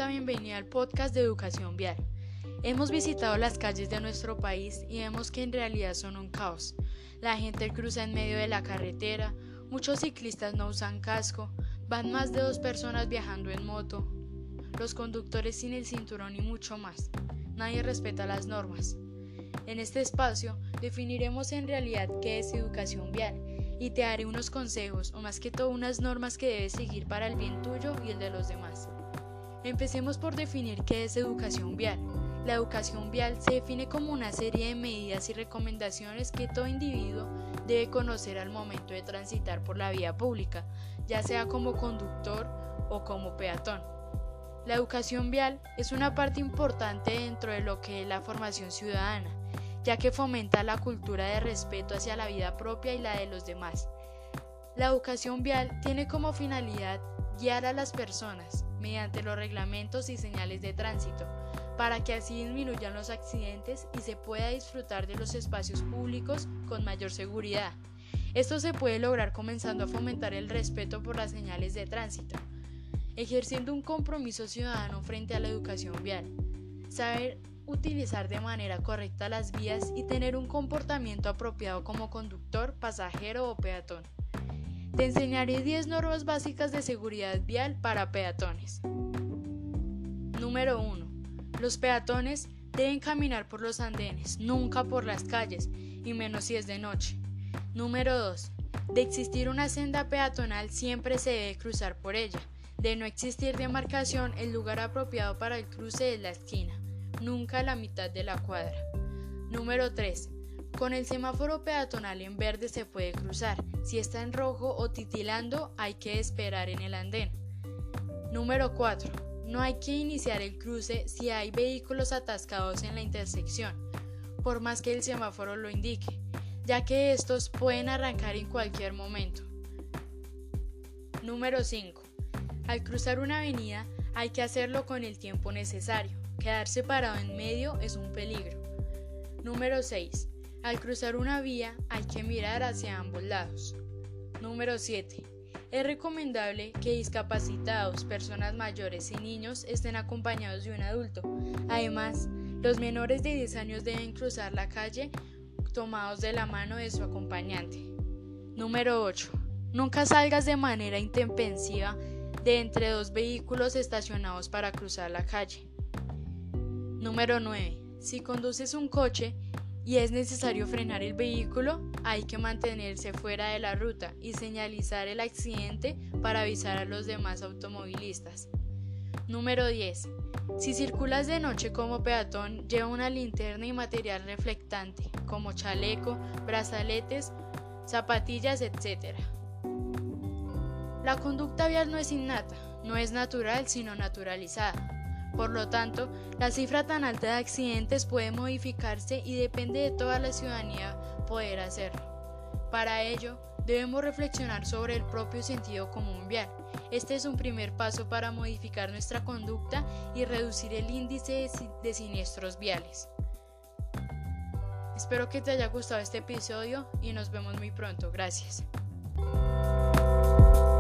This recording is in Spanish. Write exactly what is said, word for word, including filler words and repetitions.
la bienvenida al podcast de Educación Vial. Hemos visitado las calles de nuestro país y vemos que en realidad son un caos. La gente cruza en medio de la carretera, muchos ciclistas no usan casco, van más de dos personas viajando en moto, los conductores sin el cinturón y mucho más. Nadie respeta las normas. En este espacio definiremos en realidad qué es educación vial y te daré unos consejos o más que todo unas normas que debes seguir para el bien tuyo y el de los demás. Empecemos por definir qué es educación vial. La educación vial se define como una serie de medidas y recomendaciones que todo individuo debe conocer al momento de transitar por la vía pública, ya sea como conductor o como peatón. La educación vial es una parte importante dentro de lo que es la formación ciudadana, ya que fomenta la cultura de respeto hacia la vida propia y la de los demás. La educación vial tiene como finalidad guiar a las personas mediante los reglamentos y señales de tránsito, para que así disminuyan los accidentes y se pueda disfrutar de los espacios públicos con mayor seguridad. Esto se puede lograr comenzando a fomentar el respeto por las señales de tránsito, ejerciendo un compromiso ciudadano frente a la educación vial, saber utilizar de manera correcta las vías y tener un comportamiento apropiado como conductor, pasajero o peatón. Te enseñaré diez normas básicas de seguridad vial para peatones. Número uno. Los peatones deben caminar por los andenes, nunca por las calles, y menos si es de noche. Número dos. De existir una senda peatonal, siempre se debe cruzar por ella. De no existir demarcación, el lugar apropiado para el cruce es la esquina, nunca la mitad de la cuadra. Número tres. Con el semáforo peatonal en verde se puede cruzar. Si está en rojo o titilando, hay que esperar en el andén. Número cuatro. No hay que iniciar el cruce si hay vehículos atascados en la intersección, por más que el semáforo lo indique, ya que estos pueden arrancar en cualquier momento. Número cinco. Al cruzar una avenida hay que hacerlo con el tiempo necesario. Quedarse parado en medio es un peligro. Número seis. Al cruzar una vía hay que mirar hacia ambos lados. Número siete. Es recomendable que discapacitados, personas mayores y niños estén acompañados de un adulto. Además, los menores de diez años deben cruzar la calle tomados de la mano de su acompañante. Número ocho. Nunca salgas de manera intempestiva de entre dos vehículos estacionados para cruzar la calle. Número nueve. Si conduces un coche y es necesario frenar el vehículo, hay que mantenerse fuera de la ruta y señalizar el accidente para avisar a los demás automovilistas. Número diez. Si circulas de noche como peatón, lleva una linterna y material reflectante, como chaleco, brazaletes, zapatillas, etcétera. La conducta vial no es innata, no es natural sino naturalizada. Por lo tanto, la cifra tan alta de accidentes puede modificarse y depende de toda la ciudadanía poder hacerlo. Para ello, debemos reflexionar sobre el propio sentido común vial. Este es un primer paso para modificar nuestra conducta y reducir el índice de siniestros viales. Espero que te haya gustado este episodio y nos vemos muy pronto. Gracias.